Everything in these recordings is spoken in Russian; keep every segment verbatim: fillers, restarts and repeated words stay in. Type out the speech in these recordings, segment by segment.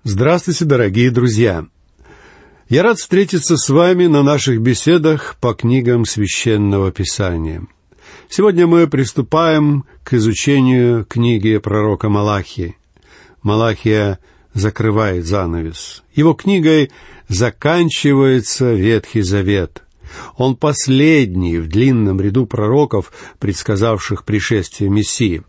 Здравствуйте, дорогие друзья! Я рад встретиться с вами на наших беседах по книгам Священного Писания. Сегодня мы приступаем к изучению книги пророка Малахии. Малахия закрывает занавес. Его книгой заканчивается Ветхий Завет. Он последний в длинном ряду пророков, предсказавших пришествие Мессии.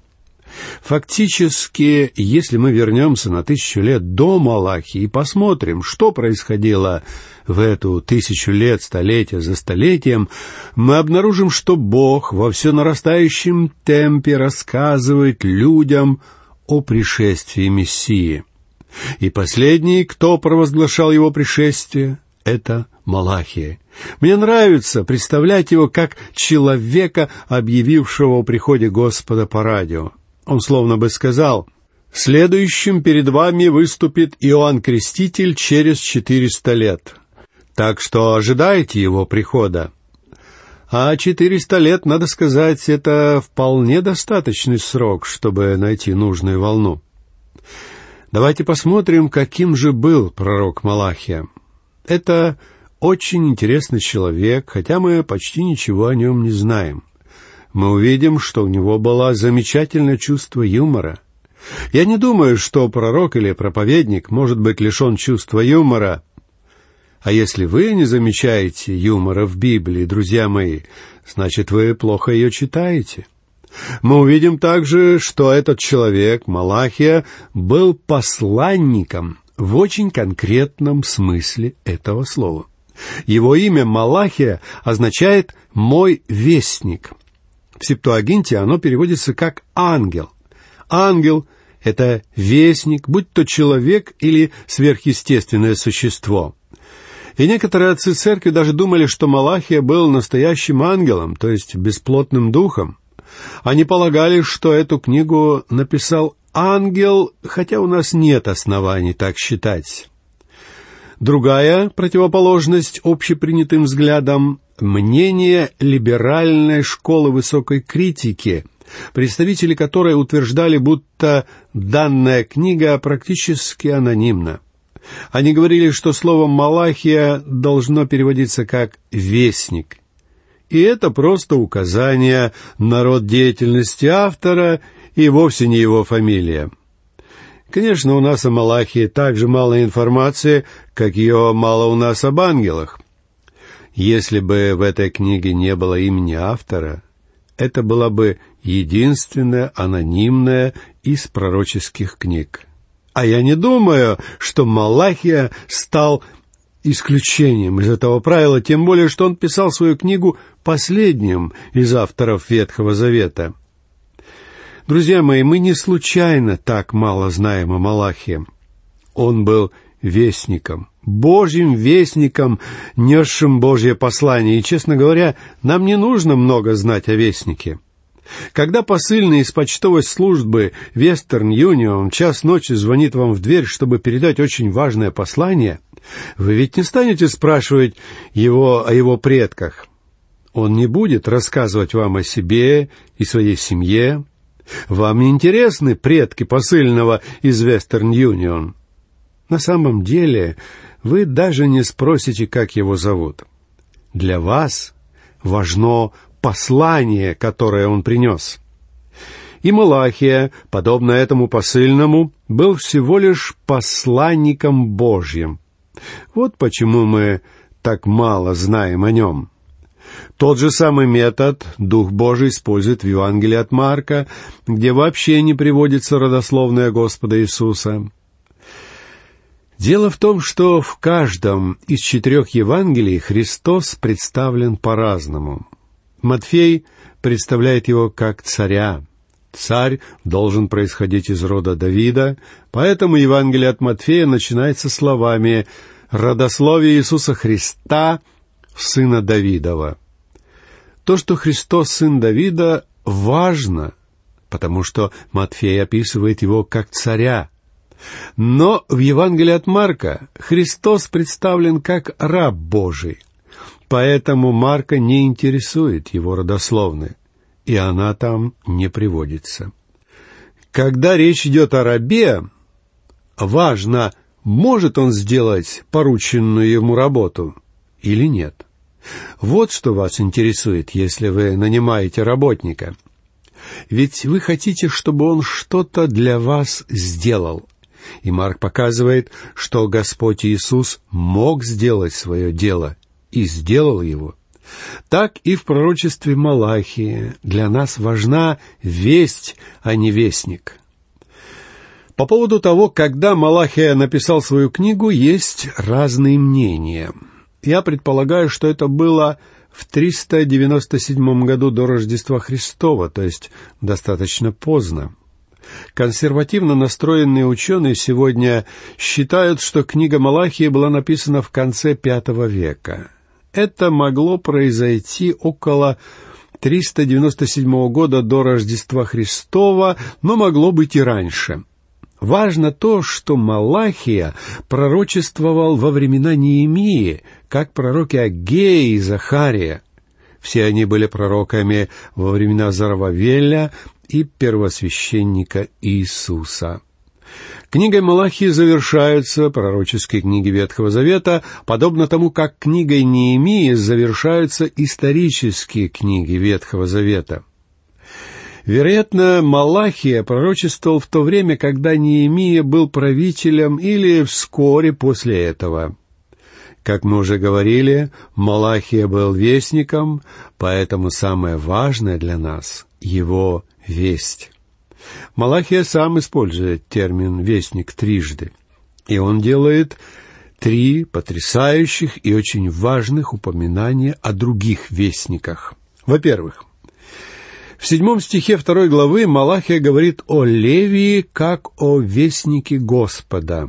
Фактически, если мы вернемся на тысячу лет до Малахии и посмотрим, что происходило в эту тысячу лет, столетие за столетием, мы обнаружим, что Бог во все нарастающем темпе рассказывает людям о пришествии Мессии. И последний, кто провозглашал его пришествие, это Малахия. Мне нравится представлять его как человека, объявившего о приходе Господа по радио. Он словно бы сказал: «Следующим перед вами выступит Иоанн Креститель через четыреста лет. Так что ожидайте его прихода». А четыреста лет, надо сказать, это вполне достаточный срок, чтобы найти нужную волну. Давайте посмотрим, каким же был пророк Малахия. Это очень интересный человек, хотя мы почти ничего о нем не знаем. Мы увидим, что у него было замечательное чувство юмора. Я не думаю, что пророк или проповедник может быть лишен чувства юмора. А если вы не замечаете юмора в Библии, друзья мои, значит, вы плохо ее читаете. Мы увидим также, что этот человек, Малахия, был посланником в очень конкретном смысле этого слова. Его имя Малахия означает «мой вестник». В Септуагинте оно переводится как «ангел». Ангел — это вестник, будь то человек или сверхъестественное существо. И некоторые отцы церкви даже думали, что Малахия был настоящим ангелом, то есть бесплотным духом. Они полагали, что эту книгу написал ангел, хотя у нас нет оснований так считать. Другая противоположность общепринятым взглядам — мнение либеральной школы высокой критики, представители которой утверждали, будто данная книга практически анонимна. Они говорили, что слово «Малахия» должно переводиться как «вестник». И это просто указание на род деятельности автора и вовсе не его фамилия. Конечно, у нас о Малахии так же мало информации, как ее мало у нас об ангелах. Если бы в этой книге не было имени автора, это была бы единственная анонимная из пророческих книг. А я не думаю, что Малахия стал исключением из этого правила, тем более, что он писал свою книгу последним из авторов Ветхого Завета. Друзья мои, мы не случайно так мало знаем о Малахии. Он был вестником, Божьим вестником, несшим Божье послание. И, честно говоря, нам не нужно много знать о вестнике. Когда посыльный из почтовой службы Western Union в час ночи звонит вам в дверь, чтобы передать очень важное послание, вы ведь не станете спрашивать его о его предках. Он не будет рассказывать вам о себе и своей семье. Вам не интересны предки посыльного из Western Union. На самом деле, вы даже не спросите, как его зовут. Для вас важно послание, которое он принес. И Малахия, подобно этому посыльному, был всего лишь посланником Божьим. Вот почему мы так мало знаем о нем. Тот же самый метод Дух Божий использует в Евангелии от Марка, где вообще не приводится родословная Господа Иисуса. Дело в том, что в каждом из четырех Евангелий Христос представлен по-разному. Матфей представляет его как царя. Царь должен происходить из рода Давида, поэтому Евангелие от Матфея начинается словами «Родословие Иисуса Христа, сына Давидова». То, что Христос сын Давида, важно, потому что Матфей описывает его как царя. Но в Евангелии от Марка Христос представлен как раб Божий, поэтому Марка не интересует его родословной, и она там не приводится. Когда речь идет о рабе, важно, может он сделать порученную ему работу или нет? Вот что вас интересует, если вы нанимаете работника. Ведь вы хотите, чтобы он что-то для вас сделал. И Марк показывает, что Господь Иисус мог сделать свое дело и сделал его. Так и в пророчестве Малахии для нас важна весть, а не вестник. По поводу того, когда Малахия написал свою книгу, есть разные мнения. Я предполагаю, что это было в триста девяносто седьмом году до Рождества Христова, то есть достаточно поздно. Консервативно настроенные ученые сегодня считают, что книга Малахии была написана в конце пятого века. Это могло произойти около триста девяносто седьмого года до Рождества Христова, но могло быть и раньше. Важно то, что Малахия пророчествовал во времена Неемии, как пророки Аггея и Захария. Все они были пророками во времена Зарававеля и первосвященника Иисуса. Книгой Малахии завершаются пророческие книги Ветхого Завета, подобно тому, как книгой Неемии завершаются исторические книги Ветхого Завета. Вероятно, Малахия пророчествовал в то время, когда Неемия был правителем, или вскоре после этого. Как мы уже говорили, Малахия был вестником, поэтому самое важное для нас — его весть. Малахия сам использует термин «вестник» трижды, и он делает три потрясающих и очень важных упоминания о других вестниках. Во-первых, в седьмом стихе второй главы Малахия говорит о Левии как о вестнике Господа.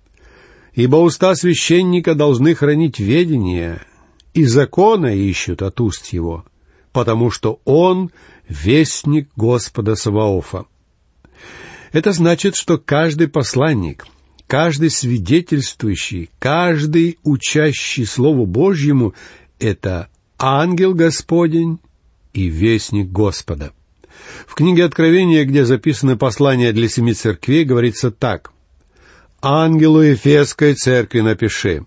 «Ибо уста священника должны хранить ведение, и закона ищут от уст его, потому что он вестник Господа Саваофа». Это значит, что каждый посланник, каждый свидетельствующий, каждый учащий Слову Божьему — это ангел Господень и вестник Господа. В книге Откровения, где записаны послания для семи церквей, говорится так: «Ангелу Ефесской церкви напиши».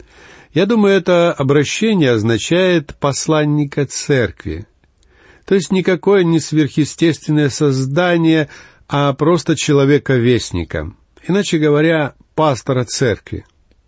Я думаю, это обращение означает посланника церкви. То есть никакое не сверхъестественное создание, а просто человека-вестника. Иначе говоря, пастора церкви.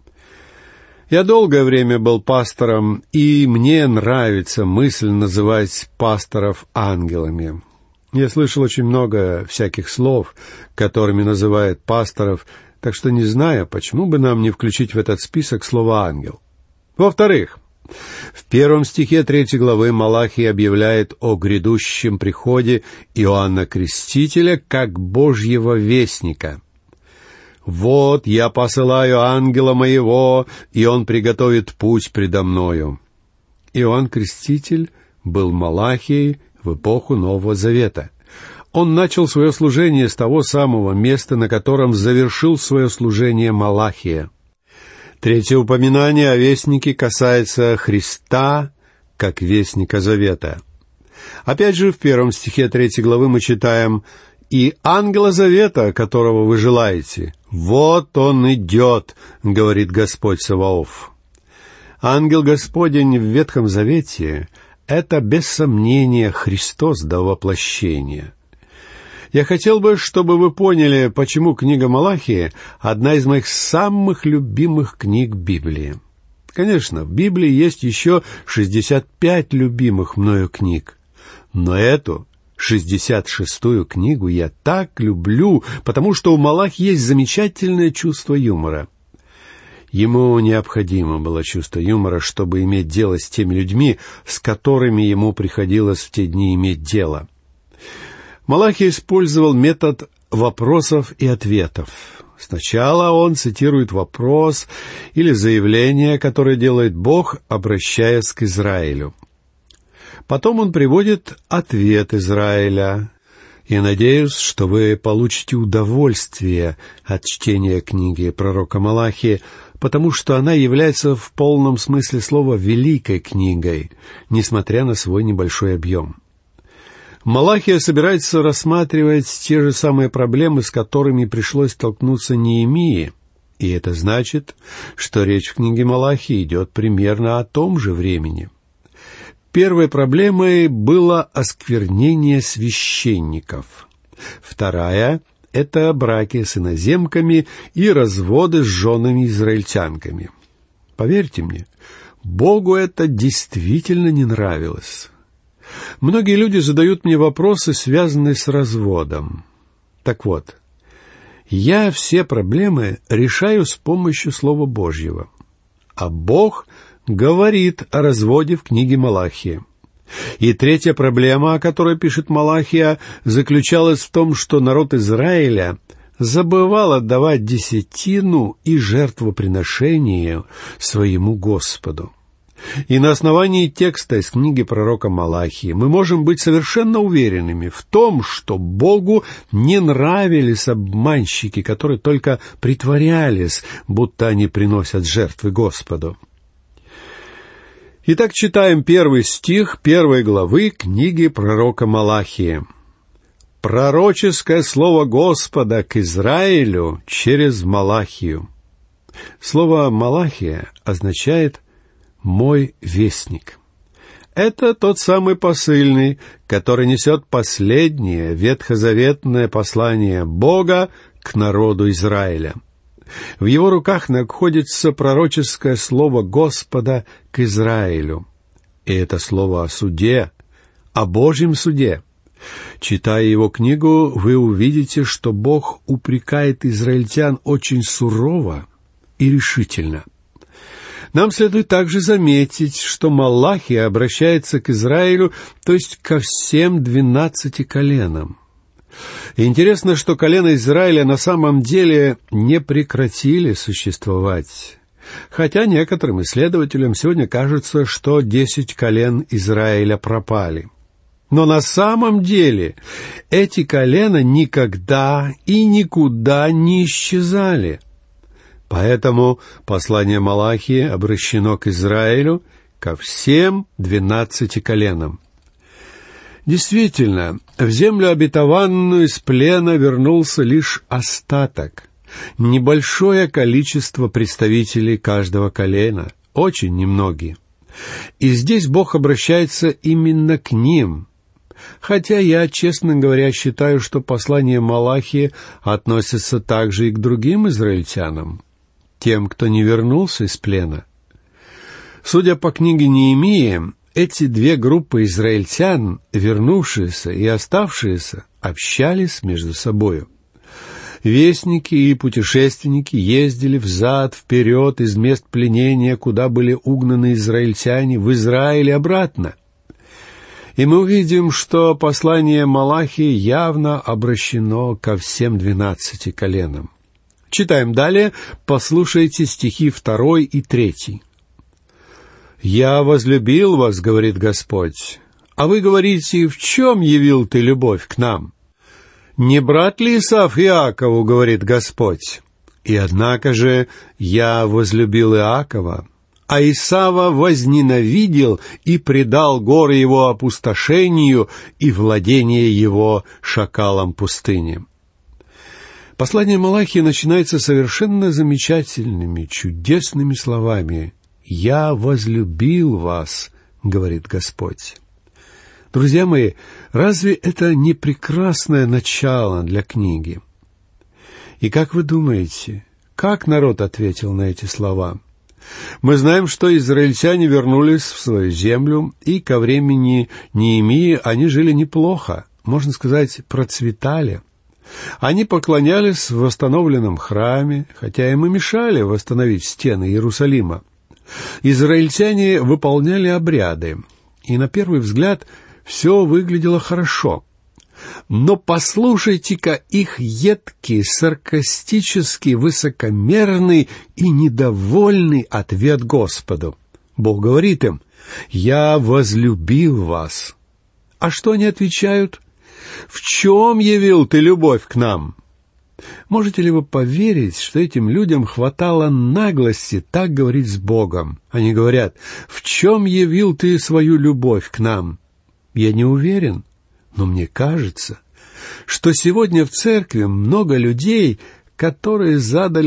Я долгое время был пастором, и мне нравится мысль называть пасторов ангелами. Я слышал очень много всяких слов, которыми называют пасторов, так что не знаю, почему бы нам не включить в этот список слово «ангел». Во-вторых, в первом стихе третьей главы Малахий объявляет о грядущем приходе Иоанна Крестителя как Божьего вестника. «Вот я посылаю ангела моего, и он приготовит путь предо мною». Иоанн Креститель был Малахией в эпоху Нового Завета. Он начал свое служение с того самого места, на котором завершил свое служение Малахия. Третье упоминание о вестнике касается Христа как вестника Завета. Опять же, в первом стихе третьей главы мы читаем: «И ангела Завета, которого вы желаете, вот он идет, говорит Господь Саваоф». Ангел Господень в Ветхом Завете — это, без сомнения, Христос до воплощения. Я хотел бы, чтобы вы поняли, почему книга Малахии — одна из моих самых любимых книг Библии. Конечно, в Библии есть еще шестьдесят пять любимых мною книг, но эту шестьдесят шестую книгу я так люблю, потому что у Малахии есть замечательное чувство юмора. Ему необходимо было чувство юмора, чтобы иметь дело с теми людьми, с которыми ему приходилось в те дни иметь дело. Малахий использовал метод вопросов и ответов. Сначала он цитирует вопрос или заявление, которое делает Бог, обращаясь к Израилю. Потом он приводит ответ Израиля. Я надеюсь, что вы получите удовольствие от чтения книги пророка Малахии, потому что она является в полном смысле слова великой книгой, несмотря на свой небольшой объем. Малахия собирается рассматривать те же самые проблемы, с которыми пришлось столкнуться Неемии, И это значит, что речь в книге Малахии идет примерно о том же времени. Первой проблемой было осквернение священников. Вторая — это браки с иноземками и разводы с женами-израильтянками. Поверьте мне, Богу это действительно не нравилось. Многие люди задают мне вопросы, связанные с разводом. Так вот, я все проблемы решаю с помощью Слова Божьего. А Бог говорит о разводе в книге Малахии. И третья проблема, о которой пишет Малахия, заключалась в том, что народ Израиля забывал отдавать десятину и жертвоприношение своему Господу. И на основании текста из книги пророка Малахии мы можем быть совершенно уверенными в том, что Богу не нравились обманщики, которые только притворялись, будто они приносят жертвы Господу. Итак, читаем первый стих первой главы книги пророка Малахии. «Пророческое слово Господа к Израилю через Малахию». Слово «Малахия» означает «мой вестник». Это тот самый посыльный, который несет последнее ветхозаветное послание Бога к народу Израиля. В его руках находится пророческое слово Господа к Израилю. И это слово о суде, о Божьем суде. Читая его книгу, вы увидите, что Бог упрекает израильтян очень сурово и решительно. Нам следует также заметить, что Малахия обращается к Израилю, то есть ко всем двенадцати коленам. И интересно, что колена Израиля на самом деле не прекратили существовать. Хотя некоторым исследователям сегодня кажется, что десять колен Израиля пропали. Но на самом деле эти колена никогда и никуда не исчезали. Поэтому послание Малахии обращено к Израилю, ко всем двенадцати коленам. Действительно, в землю обетованную из плена вернулся лишь остаток, небольшое количество представителей каждого колена, очень немногие. И здесь Бог обращается именно к ним. Хотя я, честно говоря, считаю, что послание Малахии относится также и к другим израильтянам, тем, кто не вернулся из плена. Судя по книге Неемии, эти две группы израильтян, вернувшиеся и оставшиеся, общались между собою. Вестники и путешественники ездили взад-вперед из мест пленения, куда были угнаны израильтяне, в Израиль и обратно. И мы увидим, что послание Малахии явно обращено ко всем двенадцати коленам. Читаем далее, послушайте стихи второй и третий. «Я возлюбил вас, — говорит Господь, — а вы говорите, в чем явил ты любовь к нам? Не брат ли Исав Иакову, — говорит Господь, — и однако же я возлюбил Иакова, а Исава возненавидел и предал горы его опустошению и владение его шакалам пустыни». Послание Малахии начинается совершенно замечательными, чудесными словами. «Я возлюбил вас, — говорит Господь». Друзья мои, разве это не прекрасное начало для книги? И как вы думаете, как народ ответил на эти слова? Мы знаем, что израильтяне вернулись в свою землю, и ко времени Неемии они жили неплохо, можно сказать, процветали. Они поклонялись в восстановленном храме, хотя им и мешали восстановить стены Иерусалима. Израильтяне выполняли обряды, и на первый взгляд все выглядело хорошо. Но послушайте-ка их едкий, саркастический, высокомерный и недовольный ответ Господу. Бог говорит им: «Я возлюбил вас». А что они отвечают? «В чем явил ты любовь к нам?» Можете ли вы поверить, что этим людям хватало наглости так говорить с Богом? Они говорят: «В чем явил ты свою любовь к нам?» Я не уверен, но мне кажется, что сегодня в церкви много людей, которые задали бы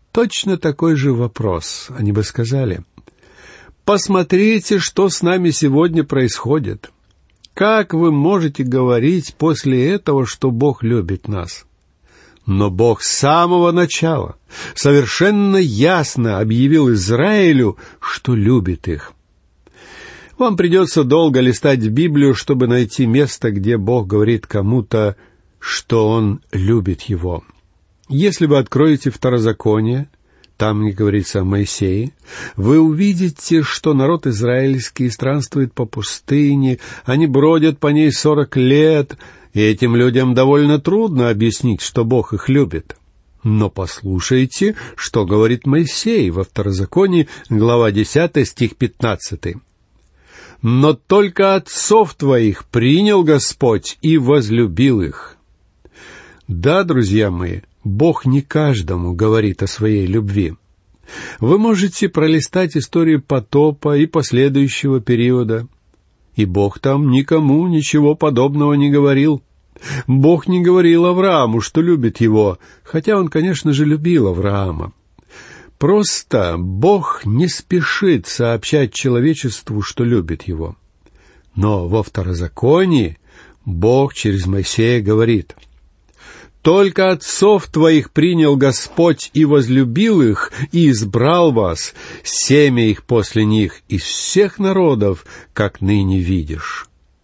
точно такой же вопрос. Они бы сказали: «Посмотрите, что с нами сегодня происходит. Как вы можете говорить после этого, что Бог любит нас?» Но Бог с самого начала совершенно ясно объявил Израилю, что любит их. Вам придется долго листать Библию, чтобы найти место, где Бог говорит кому-то, что Он любит его. Если вы откроете Второзаконие, там не говорится о Моисее, вы увидите, что народ израильский странствует по пустыне, они бродят по ней сорок лет, и этим людям довольно трудно объяснить, что Бог их любит. Но послушайте, что говорит Моисей во Второзаконии, глава десятая, стих пятнадцатый. «Но только отцов твоих принял Господь и возлюбил их». Да, друзья мои, Бог не каждому говорит о своей любви. Вы можете пролистать историю потопа и последующего периода, и Бог там никому ничего подобного не говорил. Бог не говорил Аврааму, что любит его, хотя он, конечно же, любил Авраама. Просто Бог не спешит сообщать человечеству, что любит его. Но во Второзаконии Бог через Моисея говорит: «Только отцов твоих принял Господь и возлюбил их, и избрал вас, семя их после них, из всех народов, как ныне видишь».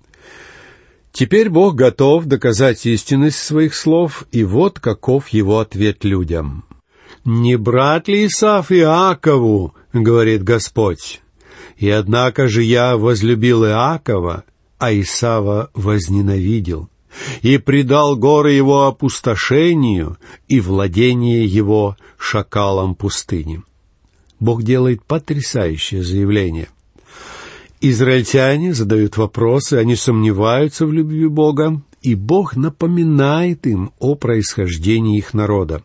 Теперь Бог готов доказать истинность своих слов, и вот каков его ответ людям. «Не брат ли Исав Иакову, — говорит Господь, — и однако же я возлюбил Иакова, а Исава возненавидел, и предал горы его опустошению и владение его шакалам пустыни». Бог делает потрясающее заявление. Израильтяне задают вопросы, они сомневаются в любви Бога, и Бог напоминает им о происхождении их народа.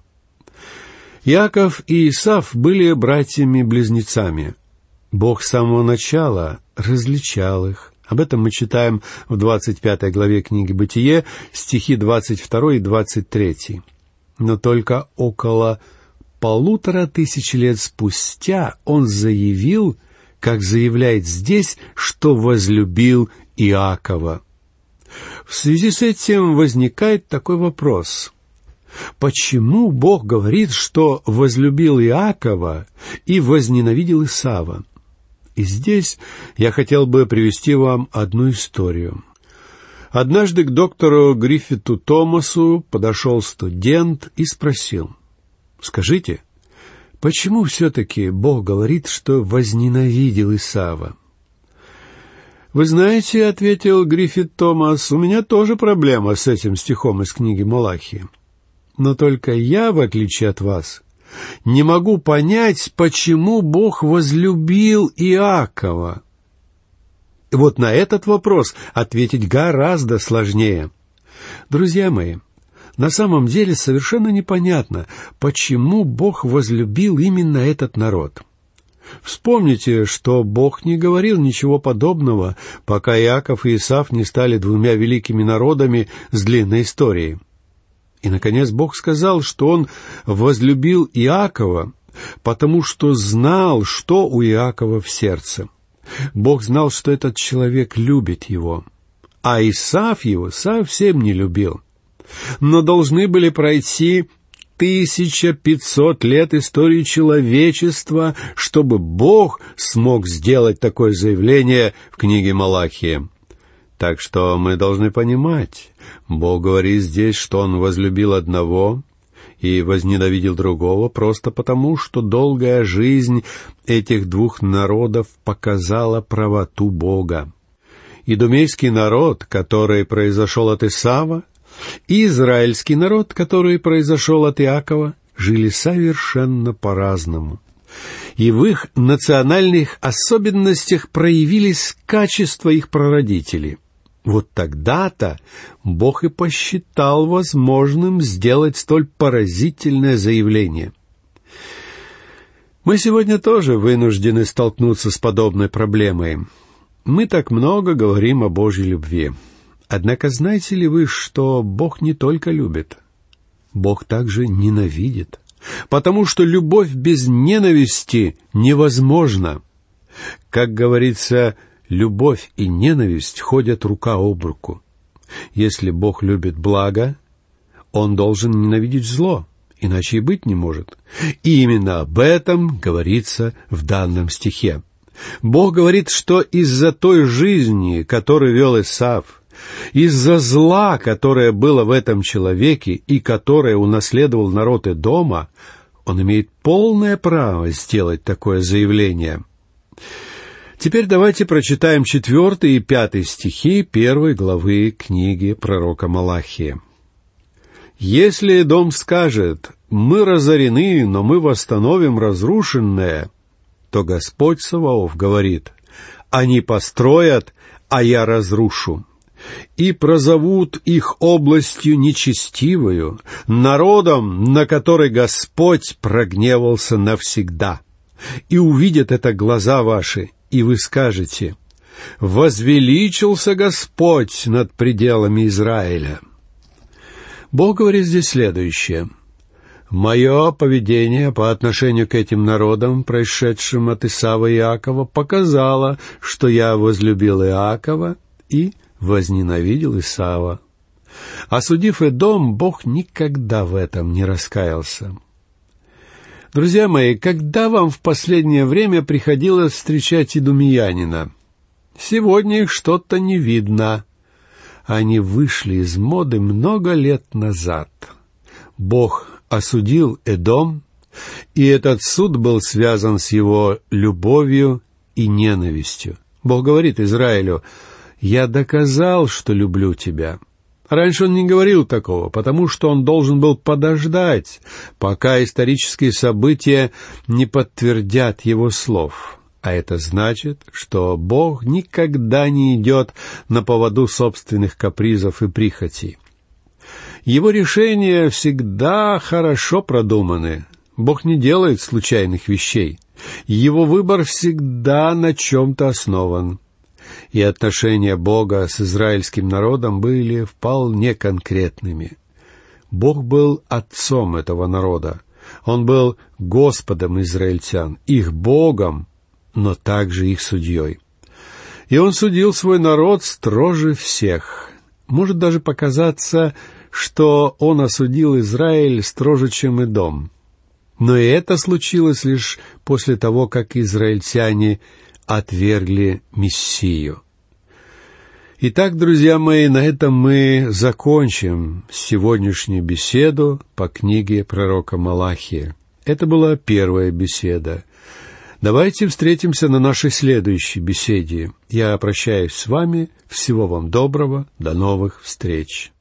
Иаков и Исав были братьями-близнецами. Бог с самого начала различал их. Об этом мы читаем в двадцать пятой главе книги «Бытие», стихи двадцать второй и двадцать третий. Но только около полутора тысяч лет спустя он заявил, как заявляет здесь, что возлюбил Иакова. В связи с этим возникает такой вопрос: почему Бог говорит, что возлюбил Иакова и возненавидел Исава? И здесь я хотел бы привести вам одну историю. Однажды к доктору Гриффиту Томасу подошел студент и спросил: «Скажите, почему все-таки Бог говорит, что возненавидел Исава?» «Вы знаете, — ответил Гриффит Томас, — у меня тоже проблема с этим стихом из книги Малахии. Но только я, в отличие от вас, не могу понять, почему Бог возлюбил Иакова». Вот на этот вопрос ответить гораздо сложнее. Друзья мои, на самом деле совершенно непонятно, почему Бог возлюбил именно этот народ. Вспомните, что Бог не говорил ничего подобного, пока Иаков и Исав не стали двумя великими народами с длинной историей. И, наконец, Бог сказал, что Он возлюбил Иакова, потому что знал, что у Иакова в сердце. Бог знал, что этот человек любит его, а Исав его совсем не любил. Но должны были пройти тысяча пятьсот лет истории человечества, чтобы Бог смог сделать такое заявление в книге Малахии. Так что мы должны понимать, Бог говорит здесь, что Он возлюбил одного и возненавидел другого, просто потому, что долгая жизнь этих двух народов показала правоту Бога. Идумейский народ, который произошел от Исава, и израильский народ, который произошел от Иакова, жили совершенно по-разному. И в их национальных особенностях проявились качества их прародителей. Вот тогда-то Бог и посчитал возможным сделать столь поразительное заявление. Мы сегодня тоже вынуждены столкнуться с подобной проблемой. Мы так много говорим о Божьей любви. Однако знаете ли вы, что Бог не только любит? Бог также ненавидит. потому что любовь без ненависти невозможна. Как говорится, любовь и ненависть ходят рука об руку. Если Бог любит благо, Он должен ненавидеть зло, иначе и быть не может. И именно об этом говорится в данном стихе. Бог говорит, что из-за той жизни, которую вел Исав, из-за зла, которое было в этом человеке и которое унаследовал народ Эдома, он имеет полное право сделать такое заявление. Теперь давайте прочитаем четвертый и пятый стихи первой главы книги пророка Малахии. «Если Эдом скажет: мы разорены, но мы восстановим разрушенное, то Господь Саваоф говорит: они построят, а я разрушу. И прозовут их областью нечестивою, народом, на который Господь прогневался навсегда. И увидят это глаза ваши, и вы скажете: возвеличился Господь над пределами Израиля». Бог говорит здесь следующее: «Мое поведение по отношению к этим народам, происшедшим от Исава и Иакова, показало, что я возлюбил Иакова и возненавидел Исава. Осудив Эдом, Бог никогда в этом не раскаялся». Друзья мои, когда вам в последнее время приходилось встречать идумеянина? Сегодня их что-то не видно. Они вышли из моды много лет назад. Бог осудил Эдом, и этот суд был связан с его любовью и ненавистью. Бог говорит Израилю: «Я доказал, что люблю тебя». Раньше он не говорил такого, потому что он должен был подождать, пока исторические события не подтвердят его слов. А это значит, что Бог никогда не идет на поводу собственных капризов и прихотей. Его решения всегда хорошо продуманы. Бог не делает случайных вещей. Его выбор всегда на чем-то основан. И отношения Бога с израильским народом были вполне конкретными. Бог был отцом этого народа. Он был Господом израильтян, их Богом, но также их судьей. И Он судил свой народ строже всех. Может даже показаться, что Он осудил Израиль строже, чем Эдом. Но и это случилось лишь после того, как израильтяне отвергли Мессию. Итак, друзья мои, на этом мы закончим сегодняшнюю беседу по книге пророка Малахии. Это была первая беседа. Давайте встретимся на нашей следующей беседе. Я прощаюсь с вами. Всего вам доброго. До новых встреч.